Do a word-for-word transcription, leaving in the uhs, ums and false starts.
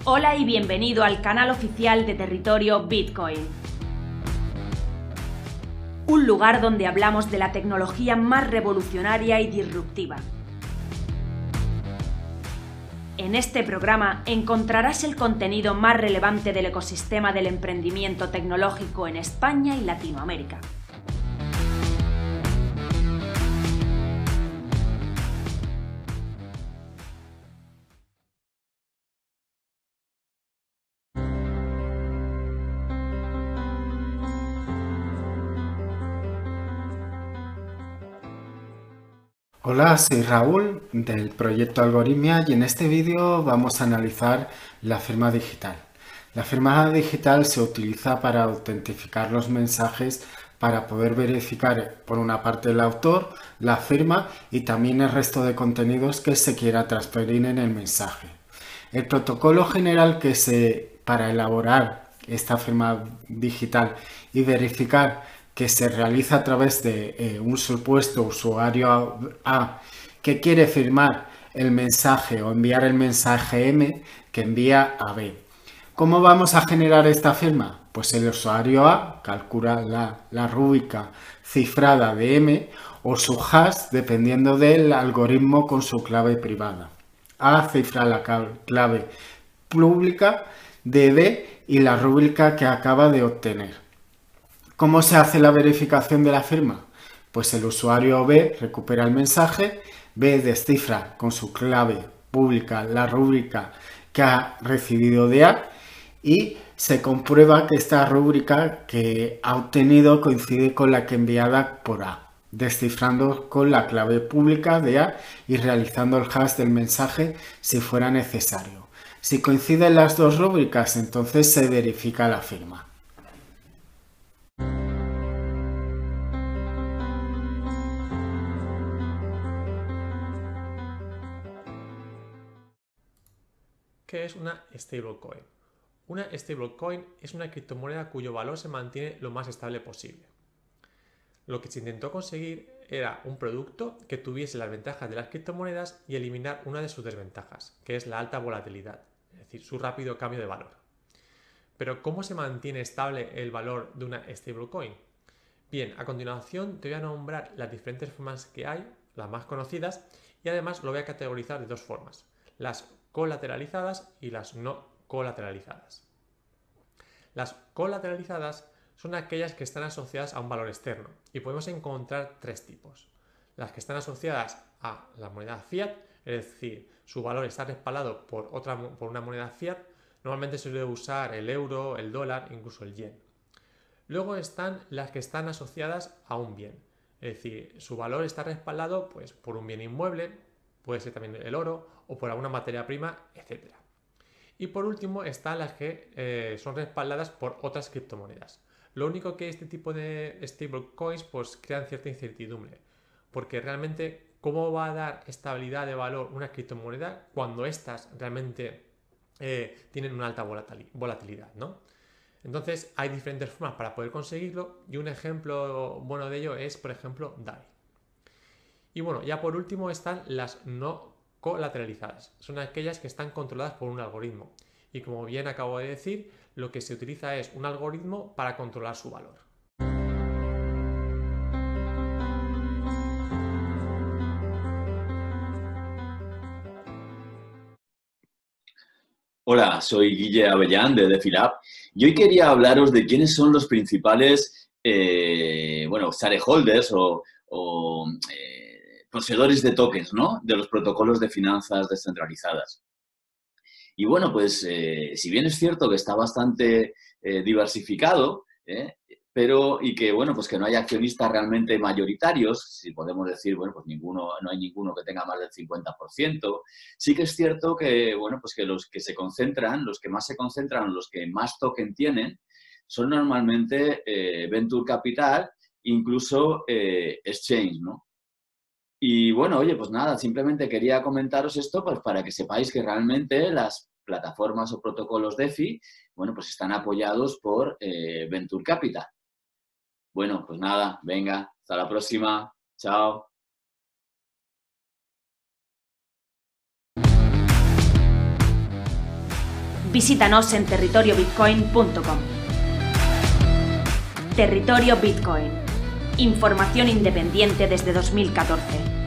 Hola y bienvenido al canal oficial de Territorio Bitcoin. Un lugar donde hablamos de la tecnología más revolucionaria y disruptiva. En este programa encontrarás el contenido más relevante del ecosistema del emprendimiento tecnológico en España y Latinoamérica. Hola, soy Raúl del proyecto Algoritmia y en este vídeo vamos a analizar la firma digital. La firma digital se utiliza para autentificar los mensajes para poder verificar por una parte el autor, la firma y también el resto de contenidos que se quiera transferir en el mensaje. El protocolo general que se para elaborar esta firma digital y verificar que se realiza a través de eh, un supuesto usuario A que quiere firmar el mensaje o enviar el mensaje M que envía a B. ¿Cómo vamos a generar esta firma? Pues el usuario A calcula la, la rúbrica cifrada de M o su hash dependiendo del algoritmo con su clave privada. A cifra la clave pública de B y la rúbrica que acaba de obtener. ¿Cómo se hace la verificación de la firma? Pues el usuario B recupera el mensaje, B descifra con su clave pública la rúbrica que ha recibido de A y se comprueba que esta rúbrica que ha obtenido coincide con la que enviada por A, descifrando con la clave pública de A y realizando el hash del mensaje si fuera necesario. Si coinciden las dos rúbricas, entonces se verifica la firma. ¿Qué es una stablecoin? Una stablecoin es una criptomoneda cuyo valor se mantiene lo más estable posible. Lo que se intentó conseguir era un producto que tuviese las ventajas de las criptomonedas y eliminar una de sus desventajas, que es la alta volatilidad, es decir, su rápido cambio de valor. Pero ¿cómo se mantiene estable el valor de una stablecoin? Bien, a continuación te voy a nombrar las diferentes formas que hay, las más conocidas, y además lo voy a categorizar de dos formas: las colateralizadas y las no colateralizadas. Las colateralizadas son aquellas que están asociadas a un valor externo y podemos encontrar tres tipos. Las que están asociadas a la moneda fiat, es decir, su valor está respaldado por, otra, por una moneda fiat. Normalmente se suele usar el euro, el dólar, incluso el yen. Luego están las que están asociadas a un bien, es decir, su valor está respaldado pues, por un bien inmueble, puede ser también el oro o por alguna materia prima, etcétera. Y por último están las que eh, son respaldadas por otras criptomonedas. Lo único que este tipo de stablecoins pues crean cierta incertidumbre, porque realmente ¿cómo va a dar estabilidad de valor una criptomoneda cuando estas realmente eh, tienen una alta volatilidad, ¿no? Entonces hay diferentes formas para poder conseguirlo y un ejemplo bueno de ello es, por ejemplo, D A I. Y bueno, ya por último están las no colateralizadas. Son aquellas que están controladas por un algoritmo. Y como bien acabo de decir, lo que se utiliza es un algoritmo para controlar su valor. Hola, soy Guille Avellán de DefiLab y hoy quería hablaros de quiénes son los principales eh, bueno, shareholders o, o eh, poseedores de tokens, ¿no? De los protocolos de finanzas descentralizadas. Y bueno, pues eh, si bien es cierto que está bastante eh, diversificado, ¿eh? pero y que bueno, pues que no hay accionistas realmente mayoritarios, si podemos decir, bueno, pues ninguno, no hay ninguno que tenga más del cincuenta por ciento. Sí que es cierto que, bueno, pues que los que se concentran, los que más se concentran, los que más token tienen, son normalmente eh, Venture Capital, incluso eh, Exchange, ¿no? Y bueno, oye, pues nada, simplemente quería comentaros esto pues para que sepáis que realmente las plataformas o protocolos DeFi, bueno, pues están apoyados por eh, Venture Capital. Bueno, pues nada, venga, hasta la próxima. Chao. Visítanos en territorio bitcoin punto com. Territorio Bitcoin. Información independiente desde dos mil catorce.